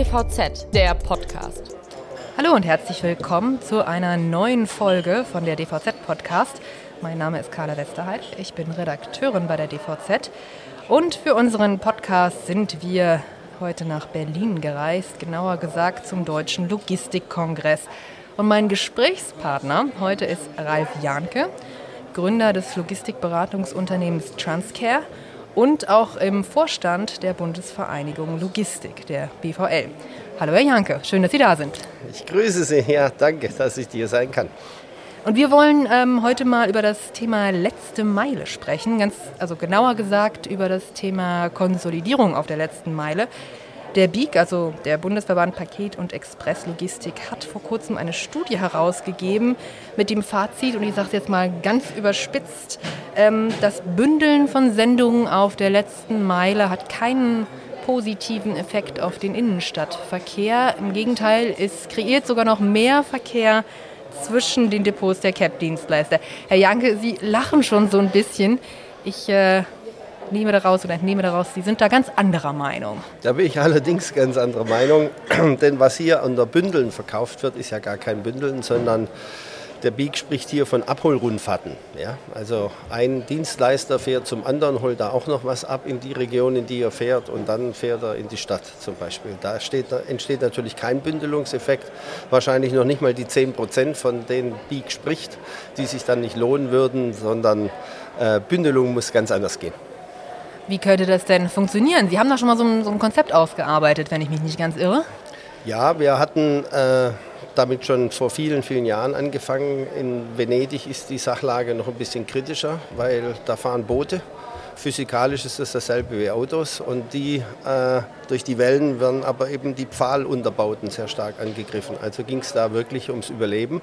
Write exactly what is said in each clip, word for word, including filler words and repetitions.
D V Z, der Podcast. Hallo und herzlich willkommen zu einer neuen Folge von der D V Z-Podcast. Mein Name ist Carla Westerheit, ich bin Redakteurin bei der D V Z und für unseren Podcast sind wir heute nach Berlin gereist, genauer gesagt zum Deutschen Logistikkongress. Und mein Gesprächspartner heute ist Ralf Jahnke, Gründer des Logistikberatungsunternehmens Transcare und auch im Vorstand der Bundesvereinigung Logistik, der B V L. Hallo Herr Jahnke, schön, dass Sie da sind. Ich grüße Sie, ja, danke, dass ich hier sein kann. Und wir wollen ähm, heute mal über das Thema letzte Meile sprechen, ganz, also genauer gesagt über das Thema Konsolidierung auf der letzten Meile. Der B I C, also der Bundesverband Paket- und Expresslogistik, hat vor kurzem eine Studie herausgegeben mit dem Fazit, und ich sage es jetzt mal ganz überspitzt, ähm, das Bündeln von Sendungen auf der letzten Meile hat keinen positiven Effekt auf den Innenstadtverkehr. Im Gegenteil, es kreiert sogar noch mehr Verkehr zwischen den Depots der C A B-Dienstleister. Herr Jahnke, Sie lachen schon so ein bisschen. Ich äh, nehme daraus oder entnehme daraus, Sie sind da ganz anderer Meinung. Da bin ich allerdings ganz anderer Meinung, denn was hier unter Bündeln verkauft wird, ist ja gar kein Bündeln, sondern der B I C spricht hier von Abholrundfahrten. Ja? Also ein Dienstleister fährt zum anderen, holt da auch noch was ab in die Region, in die er fährt, und dann fährt er in die Stadt zum Beispiel. Da, steht, da entsteht natürlich kein Bündelungseffekt, wahrscheinlich noch nicht mal die zehn Prozent, von denen B I C spricht, die sich dann nicht lohnen würden, sondern äh, Bündelung muss ganz anders gehen. Wie könnte das denn funktionieren? Sie haben da schon mal so ein, so ein Konzept ausgearbeitet, wenn ich mich nicht ganz irre. Ja, wir hatten äh, damit schon vor vielen, vielen Jahren angefangen. In Venedig ist die Sachlage noch ein bisschen kritischer, weil da fahren Boote. Physikalisch ist das dasselbe wie Autos, und die äh, durch die Wellen werden aber eben die Pfahlunterbauten sehr stark angegriffen. Also ging es da wirklich ums Überleben.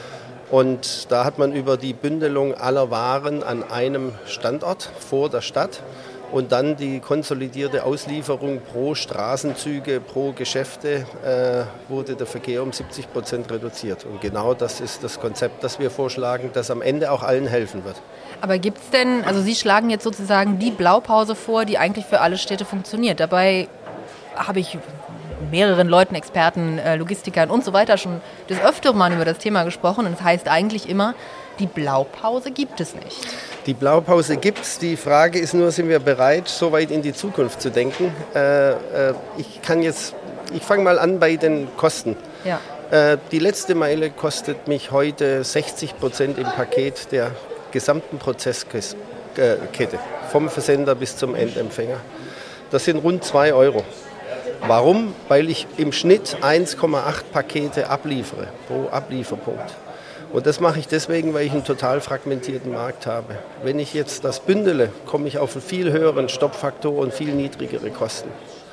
Und da hat man über die Bündelung aller Waren an einem Standort vor der Stadt und dann die konsolidierte Auslieferung pro Straßenzüge, pro Geschäfte, äh, wurde der Verkehr um siebzig Prozent reduziert. Und genau das ist das Konzept, das wir vorschlagen, das am Ende auch allen helfen wird. Aber gibt es denn, also Sie schlagen jetzt sozusagen die Blaupause vor, die eigentlich für alle Städte funktioniert. Dabei habe ich mehreren Leuten, Experten, äh, Logistikern und so weiter schon des Öfteren mal über das Thema gesprochen. Und das heißt eigentlich immer, die Blaupause gibt es nicht. Die Blaupause gibt es. Die Frage ist nur, sind wir bereit, so weit in die Zukunft zu denken? Äh, äh, ich kann jetzt, ich fange mal an bei den Kosten. Ja. Äh, die letzte Meile kostet mich heute sechzig Prozent im Paket der gesamten Prozesskette, vom Versender bis zum Endempfänger. Das sind rund zwei Euro. Warum? Weil ich im Schnitt eins Komma acht Pakete abliefere pro Ablieferpunkt. Und das mache ich deswegen, weil ich einen total fragmentierten Markt habe. Wenn ich jetzt das bündele, komme ich auf einen viel höheren Stoppfaktor und viel niedrigere Kosten.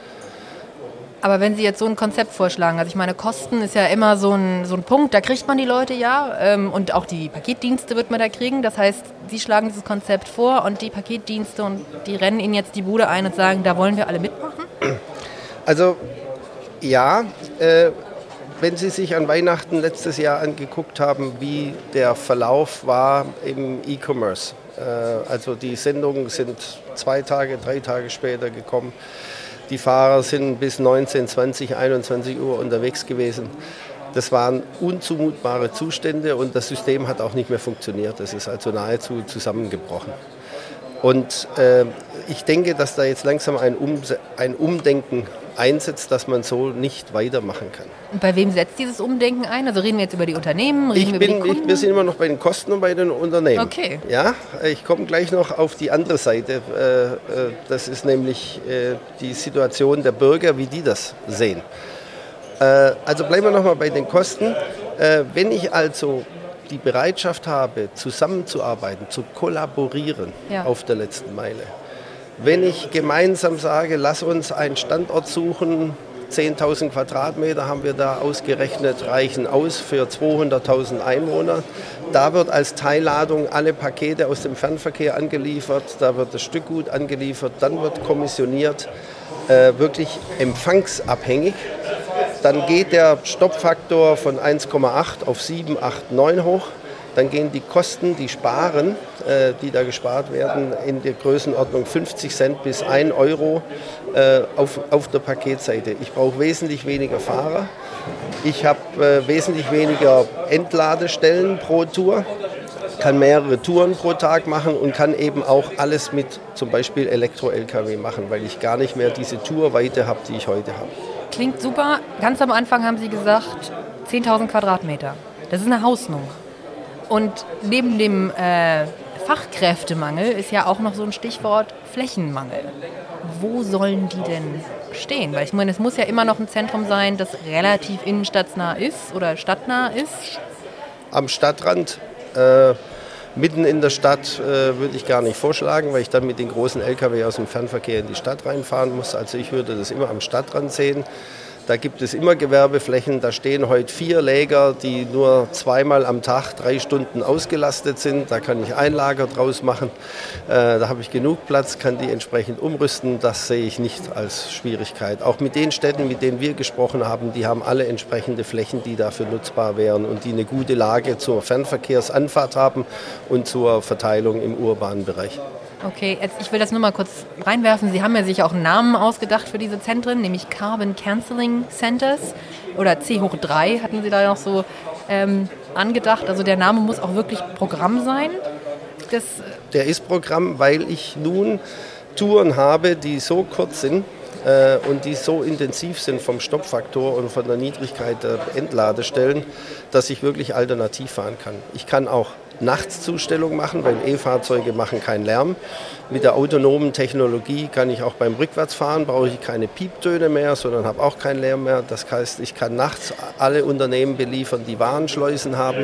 Aber wenn Sie jetzt so ein Konzept vorschlagen, also ich meine, Kosten ist ja immer so ein, so ein Punkt, da kriegt man die Leute ja, ähm, und auch die Paketdienste wird man da kriegen. Das heißt, Sie schlagen dieses Konzept vor und die Paketdienste, und die rennen Ihnen jetzt die Bude ein und sagen, da wollen wir alle mitmachen? Also ja, äh, wenn Sie sich an Weihnachten letztes Jahr angeguckt haben, wie der Verlauf war im E-Commerce. Äh, also die Sendungen sind zwei Tage, drei Tage später gekommen. Die Fahrer sind bis neunzehn, zwanzig, einundzwanzig Uhr unterwegs gewesen. Das waren unzumutbare Zustände, und das System hat auch nicht mehr funktioniert. Das ist also nahezu zusammengebrochen. Und äh, ich denke, dass da jetzt langsam ein, um- ein Umdenken einsetzt, dass man so nicht weitermachen kann. Und bei wem setzt dieses Umdenken ein? Also reden wir jetzt über die Unternehmen, reden ich wir bin, über die Kunden? Ich, wir sind immer noch bei den Kosten und bei den Unternehmen. Okay. Ja, ich komme gleich noch auf die andere Seite. Das ist nämlich die Situation der Bürger, wie die das sehen. Also bleiben wir noch mal bei den Kosten. Wenn ich also die Bereitschaft habe, zusammenzuarbeiten, zu kollaborieren, ja, auf der letzten Meile. Wenn ich gemeinsam sage, lass uns einen Standort suchen, zehntausend Quadratmeter haben wir da ausgerechnet, reichen aus für zweihunderttausend Einwohner. Da wird als Teilladung alle Pakete aus dem Fernverkehr angeliefert, da wird das Stückgut angeliefert, dann wird kommissioniert, äh, wirklich empfangsabhängig. Dann geht der Stoppfaktor von eins Komma acht auf sieben, acht, neun hoch. dann gehen die Kosten, die Sparen, äh, die da gespart werden, in der Größenordnung fünfzig Cent bis ein Euro äh, auf, auf der Paketseite. Ich brauche wesentlich weniger Fahrer. Ich habe äh, wesentlich weniger Entladestellen pro Tour, kann mehrere Touren pro Tag machen und kann eben auch alles mit zum Beispiel Elektro-L K W machen, weil ich gar nicht mehr diese Tourweite habe, die ich heute habe. Klingt super. Ganz am Anfang haben Sie gesagt, zehntausend Quadratmeter. Das ist eine Hausnummer. Und neben dem äh, Fachkräftemangel ist ja auch noch so ein Stichwort Flächenmangel. Wo sollen die denn stehen? Weil ich meine, es muss ja immer noch ein Zentrum sein, das relativ innenstadtnah ist oder stadtnah ist. Am Stadtrand, äh, mitten in der Stadt, äh, würde ich gar nicht vorschlagen, weil ich dann mit den großen L K W aus dem Fernverkehr in die Stadt reinfahren muss. Also ich würde das immer am Stadtrand sehen. Da gibt es immer Gewerbeflächen, da stehen heute vier Läger, die nur zweimal am Tag drei Stunden ausgelastet sind. Da kann ich ein Lager draus machen, äh, da habe ich genug Platz, kann die entsprechend umrüsten. Das sehe ich nicht als Schwierigkeit. Auch mit den Städten, mit denen wir gesprochen haben, die haben alle entsprechende Flächen, die dafür nutzbar wären und die eine gute Lage zur Fernverkehrsanfahrt haben und zur Verteilung im urbanen Bereich. Okay, jetzt, ich will das nur mal kurz reinwerfen. Sie haben ja sich auch einen Namen ausgedacht für diese Zentren, nämlich Carbon Cancelling Centers oder C hoch drei hatten Sie da noch so ähm, angedacht. Also der Name muss auch wirklich Programm sein. Das der ist Programm, weil ich nun Touren habe, die so kurz sind äh, und die so intensiv sind vom Stoppfaktor und von der Niedrigkeit der Entladestellen, dass ich wirklich alternativ fahren kann. Ich kann auch Nachtszustellung machen, weil E-Fahrzeuge machen keinen Lärm. Mit der autonomen Technologie kann ich auch beim Rückwärtsfahren, brauche ich keine Pieptöne mehr, sondern habe auch keinen Lärm mehr. Das heißt, ich kann nachts alle Unternehmen beliefern, die Warenschleusen haben.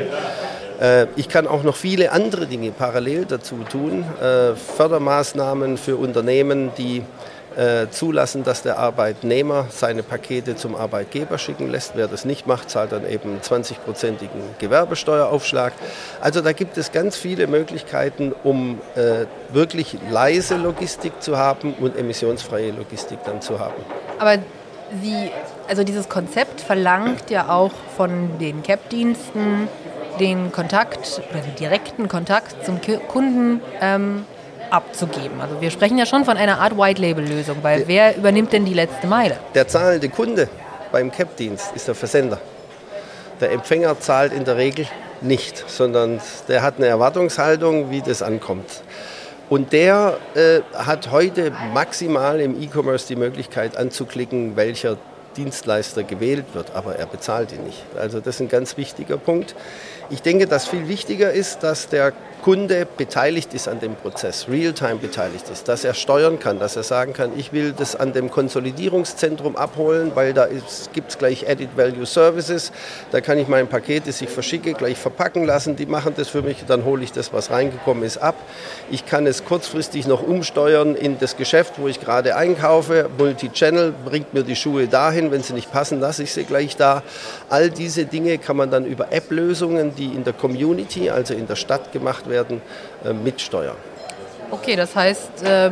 Ich kann auch noch viele andere Dinge parallel dazu tun. Fördermaßnahmen für Unternehmen, die zulassen, dass der Arbeitnehmer seine Pakete zum Arbeitgeber schicken lässt. Wer das nicht macht, zahlt dann eben einen zwanzig-prozentigen Gewerbesteueraufschlag. Also da gibt es ganz viele Möglichkeiten, um äh, wirklich leise Logistik zu haben und emissionsfreie Logistik dann zu haben. Aber Sie, also dieses Konzept verlangt ja auch von den C A B-Diensten den Kontakt oder den direkten Kontakt zum Kunden ähm, abzugeben. Also wir sprechen ja schon von einer Art White-Label-Lösung, weil der, wer übernimmt denn die letzte Meile? Der zahlende Kunde beim C A B-Dienst ist der Versender. Der Empfänger zahlt in der Regel nicht, sondern der hat eine Erwartungshaltung, wie das ankommt. Und der äh, hat heute maximal im E-Commerce die Möglichkeit anzuklicken, welcher Dienstleister gewählt wird, aber er bezahlt ihn nicht. Also das ist ein ganz wichtiger Punkt. Ich denke, dass viel wichtiger ist, dass der Kunde beteiligt ist an dem Prozess, real-time beteiligt ist, dass er steuern kann, dass er sagen kann, ich will das an dem Konsolidierungszentrum abholen, weil da gibt es gleich Added Value Services, da kann ich mein Paket, das ich verschicke, gleich verpacken lassen, die machen das für mich, dann hole ich das, was reingekommen ist, ab. Ich kann es kurzfristig noch umsteuern in das Geschäft, wo ich gerade einkaufe, Multi-Channel, bringt mir die Schuhe dahin, wenn sie nicht passen, lasse ich sie gleich da. All diese Dinge kann man dann über App-Lösungen, die in der Community, also in der Stadt gemacht werden, mitsteuern. Okay, das heißt,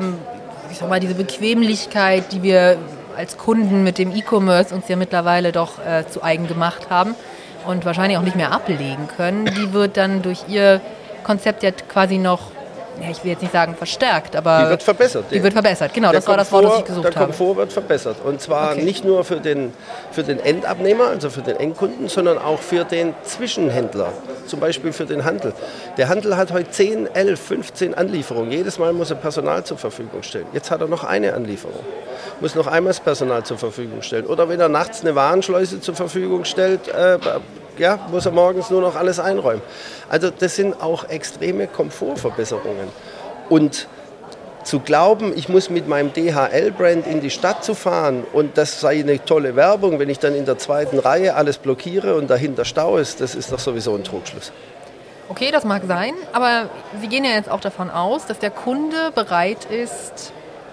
ich sag mal, diese Bequemlichkeit, die wir als Kunden mit dem E-Commerce uns ja mittlerweile doch zu eigen gemacht haben und wahrscheinlich auch nicht mehr ablegen können, die wird dann durch Ihr Konzept ja quasi noch, ja, ich will jetzt nicht sagen verstärkt, aber die wird verbessert. Die wird verbessert, genau, das war das Wort, das ich gesucht habe. Der Komfort wird verbessert und zwar okay. nicht nur für den, für den Endabnehmer, also für den Endkunden, sondern auch für den Zwischenhändler, zum Beispiel für den Handel. Der Handel hat heute zehn, elf, fünfzehn Anlieferungen. Jedes Mal muss er Personal zur Verfügung stellen. Jetzt hat er noch eine Anlieferung, muss noch einmal das Personal zur Verfügung stellen. Oder wenn er nachts eine Warenschleuse zur Verfügung stellt, äh, ja, muss er morgens nur noch alles einräumen. Also das sind auch extreme Komfortverbesserungen. Und zu glauben, ich muss mit meinem D H L-Brand in die Stadt zu fahren und das sei eine tolle Werbung, wenn ich dann in der zweiten Reihe alles blockiere und dahinter Stau ist, das ist doch sowieso ein Trugschluss. Okay, das mag sein, aber Sie gehen ja jetzt auch davon aus, dass der Kunde bereit ist,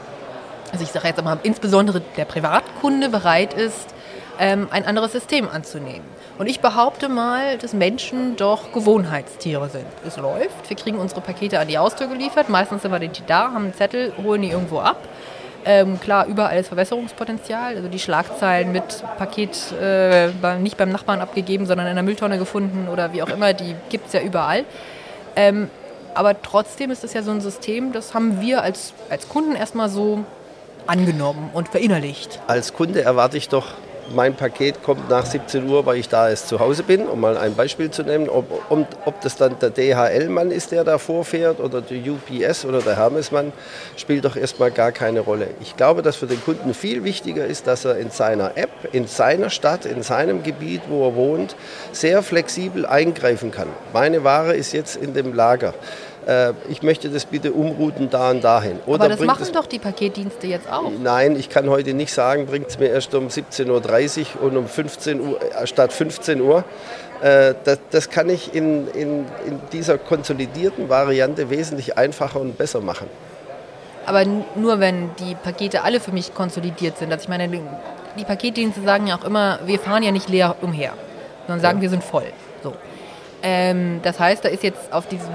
also ich sage jetzt einmal insbesondere der Privatkunde bereit ist, ähm, ein anderes System anzunehmen. Und ich behaupte mal, dass Menschen doch Gewohnheitstiere sind. Es läuft, wir kriegen unsere Pakete an die Haustür geliefert, meistens sind wir die da, haben einen Zettel, holen die irgendwo ab. Ähm, klar, überall ist Verbesserungspotenzial. Also die Schlagzeilen mit Paket äh, nicht beim Nachbarn abgegeben, sondern in der Mülltonne gefunden oder wie auch immer, die gibt es ja überall. Ähm, aber trotzdem ist es ja so ein System, das haben wir als, als Kunden erstmal so angenommen und verinnerlicht. Als Kunde erwarte ich doch, mein Paket kommt nach siebzehn Uhr, weil ich da erst zu Hause bin, um mal ein Beispiel zu nennen. Ob, ob, ob das dann der D H L-Mann ist, der da vorfährt, oder der U P S oder der Hermes-Mann, spielt doch erstmal gar keine Rolle. Ich glaube, dass für den Kunden viel wichtiger ist, dass er in seiner App, in seiner Stadt, in seinem Gebiet, wo er wohnt, sehr flexibel eingreifen kann. Meine Ware ist jetzt in dem Lager. Ich möchte das bitte umrouten da und dahin. Oder aber das machen doch die Paketdienste jetzt auch. Nein, ich kann heute nicht sagen, bringt es mir erst um siebzehn Uhr dreißig und um fünfzehn Uhr statt fünfzehn Uhr. Das, das kann ich in, in, in dieser konsolidierten Variante wesentlich einfacher und besser machen. Aber nur wenn die Pakete alle für mich konsolidiert sind. Also ich meine, die Paketdienste sagen ja auch immer, wir fahren ja nicht leer umher, sondern sagen, ja, wir sind voll. So. Ähm, das heißt, da ist jetzt auf diesem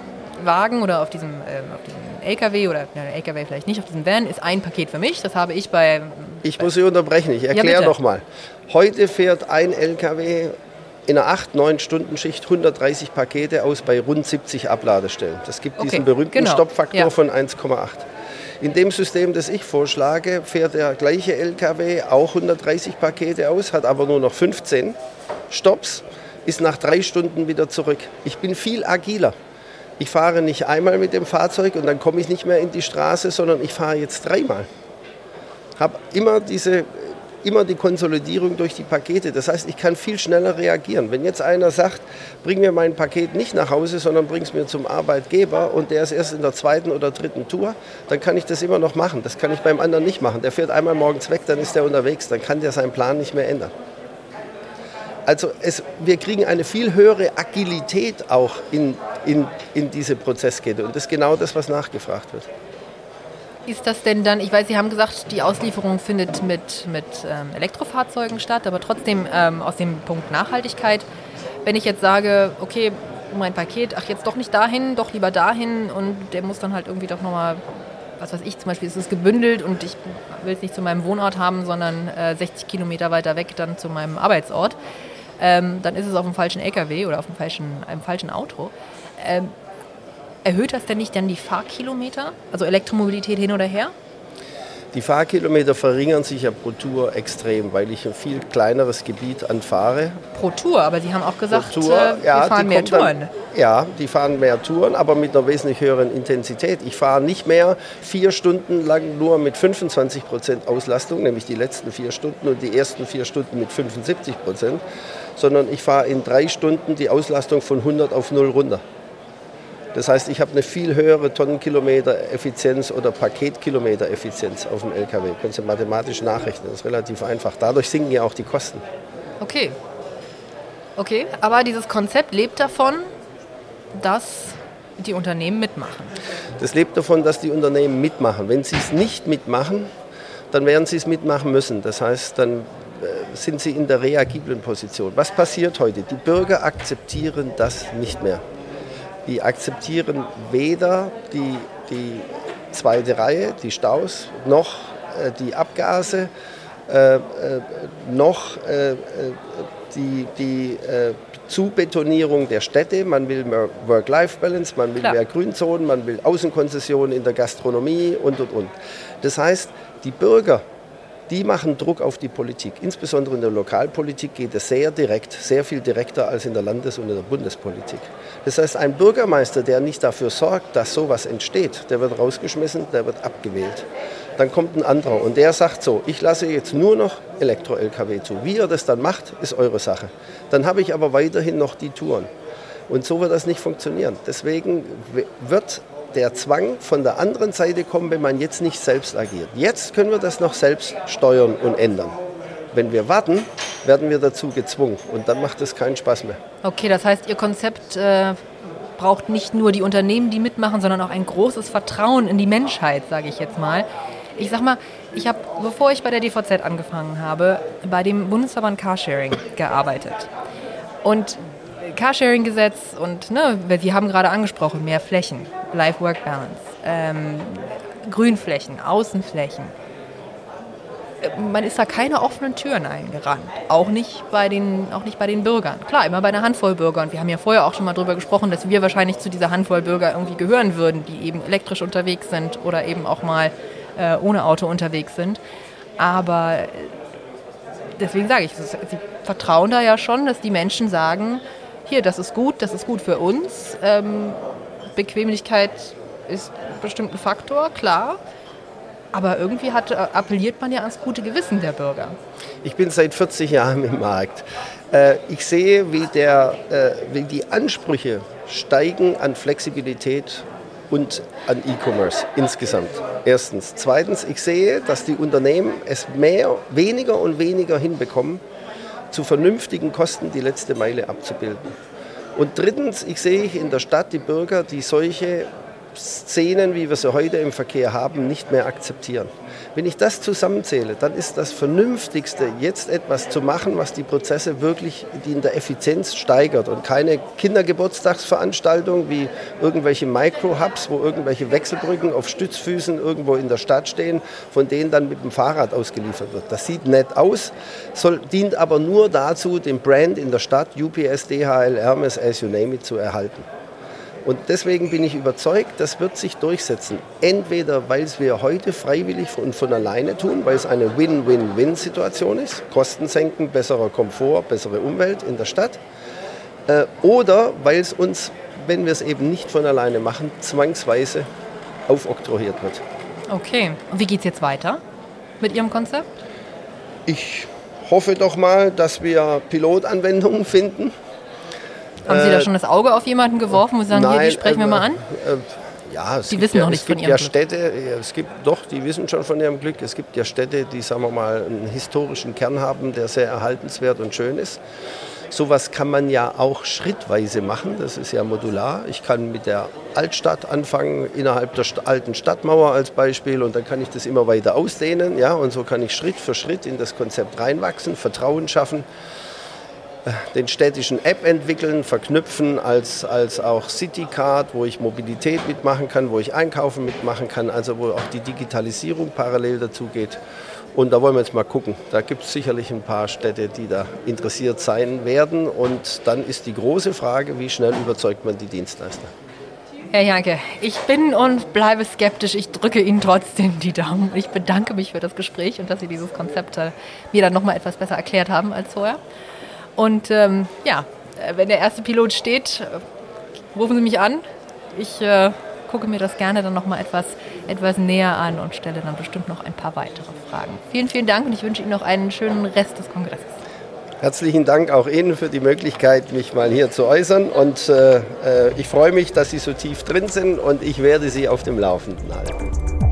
Wagen oder auf diesem, ähm, auf diesem L K W oder ne, L K W vielleicht nicht, auf diesem Van ist ein Paket für mich. Das habe ich bei... Ich bei muss Sie unterbrechen, ich erkläre ja, noch mal. Heute fährt ein L K W in einer acht neun Stunden Schicht hundertdreißig Pakete aus bei rund siebzig Abladestellen. Das gibt diesen okay, berühmten genau. Stoppfaktor ja. von eins Komma acht. In dem System, das ich vorschlage, fährt der gleiche L K W auch hundertdreißig Pakete aus, hat aber nur noch fünfzehn Stopps, ist nach drei Stunden wieder zurück. Ich bin viel agiler. Ich fahre nicht einmal mit dem Fahrzeug und dann komme ich nicht mehr in die Straße, sondern ich fahre jetzt dreimal. Habe immer diese, immer die Konsolidierung durch die Pakete. Das heißt, ich kann viel schneller reagieren. Wenn jetzt einer sagt, bring mir mein Paket nicht nach Hause, sondern bring es mir zum Arbeitgeber und der ist erst in der zweiten oder dritten Tour, dann kann ich das immer noch machen. Das kann ich beim anderen nicht machen. Der fährt einmal morgens weg, dann ist der unterwegs, dann kann der seinen Plan nicht mehr ändern. Also es, wir kriegen eine viel höhere Agilität auch in, in, in diese Prozesskette. Und das ist genau das, was nachgefragt wird. Ist das denn dann, ich weiß, Sie haben gesagt, die Auslieferung findet mit, mit ähm, Elektrofahrzeugen statt, aber trotzdem ähm, aus dem Punkt Nachhaltigkeit, wenn ich jetzt sage, okay, mein Paket, ach jetzt doch nicht dahin, doch lieber dahin und der muss dann halt irgendwie doch nochmal, was weiß ich, zum Beispiel ist es gebündelt und ich will es nicht zu meinem Wohnort haben, sondern äh, sechzig Kilometer weiter weg dann zu meinem Arbeitsort. Ähm, dann ist es auf dem falschen L K W oder auf dem falschen, einem falschen Auto. Ähm, erhöht das denn nicht dann die Fahrkilometer, also Elektromobilität hin oder her? Die Fahrkilometer verringern sich ja pro Tour extrem, weil ich ein viel kleineres Gebiet anfahre. Pro Tour, aber Sie haben auch gesagt, Tour, äh, wir ja, fahren mehr Touren. Dann, ja, die fahren mehr Touren, aber mit einer wesentlich höheren Intensität. Ich fahre nicht mehr vier Stunden lang nur mit fünfundzwanzig Prozent Auslastung, nämlich die letzten vier Stunden und die ersten vier Stunden mit fünfundsiebzig Prozent, sondern ich fahre in drei Stunden die Auslastung von hundert auf null runter. Das heißt, ich habe eine viel höhere Tonnenkilometer-Effizienz oder Paketkilometer-Effizienz auf dem L K W. Können Sie mathematisch nachrechnen, das ist relativ einfach. Dadurch sinken ja auch die Kosten. Okay. Okay, aber dieses Konzept lebt davon, dass die Unternehmen mitmachen. Das lebt davon, dass die Unternehmen mitmachen. Wenn sie es nicht mitmachen, dann werden sie es mitmachen müssen. Das heißt, dann sind sie in der reagiblen Position. Was passiert heute? Die Bürger akzeptieren das nicht mehr. Die akzeptieren weder die, die zweite Reihe, die Staus, noch äh, die Abgase, äh, äh, noch äh, die, die äh, Zubetonierung der Städte. Man will mehr Work-Life-Balance, man will Klar. mehr Grünzonen, man will Außenkonzessionen in der Gastronomie und, und, und. Das heißt, die Bürger, die machen Druck auf die Politik. Insbesondere in der Lokalpolitik geht es sehr direkt, sehr viel direkter als in der Landes- und in der Bundespolitik. Das heißt, ein Bürgermeister, der nicht dafür sorgt, dass sowas entsteht, der wird rausgeschmissen, der wird abgewählt. Dann kommt ein anderer und der sagt so, ich lasse jetzt nur noch Elektro-L K W zu. Wie ihr das dann macht, ist eure Sache. Dann habe ich aber weiterhin noch die Touren. Und so wird das nicht funktionieren. Deswegen wird der Zwang von der anderen Seite kommen, wenn man jetzt nicht selbst agiert. Jetzt können wir das noch selbst steuern und ändern. Wenn wir warten, werden wir dazu gezwungen und dann macht es keinen Spaß mehr. Okay, das heißt, Ihr Konzept äh, braucht nicht nur die Unternehmen, die mitmachen, sondern auch ein großes Vertrauen in die Menschheit, sage ich jetzt mal. Ich sag mal, ich habe, bevor ich bei der D V Z angefangen habe, bei dem Bundesverband Carsharing gearbeitet. Und Carsharing-Gesetz und, ne, Sie haben gerade angesprochen, mehr Flächen, Life-Work-Balance. Ähm, Grünflächen, Außenflächen. Man ist da keine offenen Türen eingerannt. Auch nicht bei den, auch nicht bei den Bürgern. Klar, immer bei einer Handvoll Bürger. Und wir haben ja vorher auch schon mal darüber gesprochen, dass wir wahrscheinlich zu dieser Handvoll Bürger irgendwie gehören würden, die eben elektrisch unterwegs sind oder eben auch mal äh, ohne Auto unterwegs sind. Aber deswegen sage ich, sie vertrauen da ja schon, dass die Menschen sagen, hier, das ist gut, das ist gut für uns. Ähm, Bequemlichkeit ist bestimmt ein Faktor, klar. Aber irgendwie hat, appelliert man ja ans gute Gewissen der Bürger. Ich bin seit vierzig Jahren im Markt. Ich sehe, wie, der, wie die Ansprüche steigen an Flexibilität und an E-Commerce insgesamt. Erstens. Zweitens, ich sehe, dass die Unternehmen es mehr, weniger und weniger hinbekommen, zu vernünftigen Kosten die letzte Meile abzubilden. Und drittens, ich sehe in der Stadt die Bürger, die solche Szenen, wie wir sie heute im Verkehr haben, nicht mehr akzeptieren. Wenn ich das zusammenzähle, dann ist das Vernünftigste, jetzt etwas zu machen, was die Prozesse wirklich die in der Effizienz steigert und keine Kindergeburtstagsveranstaltung wie irgendwelche Micro-Hubs, wo irgendwelche Wechselbrücken auf Stützfüßen irgendwo in der Stadt stehen, von denen dann mit dem Fahrrad ausgeliefert wird. Das sieht nett aus, soll, dient aber nur dazu, den Brand in der Stadt, U P S, D H L, Hermes, as you name it, zu erhalten. Und deswegen bin ich überzeugt, das wird sich durchsetzen. Entweder, weil es wir heute freiwillig und von alleine tun, weil es eine Win-Win-Win-Situation ist, Kosten senken, besserer Komfort, bessere Umwelt in der Stadt, äh, oder weil es uns, wenn wir es eben nicht von alleine machen, zwangsweise aufoktroyiert wird. Okay, und wie geht es jetzt weiter mit Ihrem Konzept? Ich hoffe doch mal, dass wir Pilotanwendungen finden. Haben Sie da schon das Auge auf jemanden geworfen und sagen, Nein, hier, die sprechen wir mal an? Äh, ja, es die gibt wissen ja, noch nicht es von gibt ihrem ja Glück. Städte, es gibt doch, die wissen schon von ihrem Glück. Es gibt ja Städte, die, sagen wir mal, einen historischen Kern haben, der sehr erhaltenswert und schön ist. Sowas kann man ja auch schrittweise machen, das ist ja modular. Ich kann mit der Altstadt anfangen, innerhalb der St- alten Stadtmauer als Beispiel, und dann kann ich das immer weiter ausdehnen. Ja, und so kann ich Schritt für Schritt in das Konzept reinwachsen, Vertrauen schaffen, den städtischen App entwickeln, verknüpfen als, als auch Citycard, wo ich Mobilität mitmachen kann, wo ich Einkaufen mitmachen kann, also wo auch die Digitalisierung parallel dazu geht. Und da wollen wir jetzt mal gucken. Da gibt es sicherlich ein paar Städte, die da interessiert sein werden. Und dann ist die große Frage, wie schnell überzeugt man die Dienstleister? Herr Janke, ich bin und bleibe skeptisch. Ich drücke Ihnen trotzdem die Daumen. Ich bedanke mich für das Gespräch und dass Sie dieses Konzept äh, mir dann nochmal etwas besser erklärt haben als vorher. Und ähm, ja, wenn der erste Pilot steht, rufen Sie mich an. Ich äh, gucke mir das gerne dann nochmal etwas, etwas näher an und stelle dann bestimmt noch ein paar weitere Fragen. Vielen, vielen Dank und ich wünsche Ihnen noch einen schönen Rest des Kongresses. Herzlichen Dank auch Ihnen für die Möglichkeit, mich mal hier zu äußern. Und äh, ich freue mich, dass Sie so tief drin sind und ich werde Sie auf dem Laufenden halten.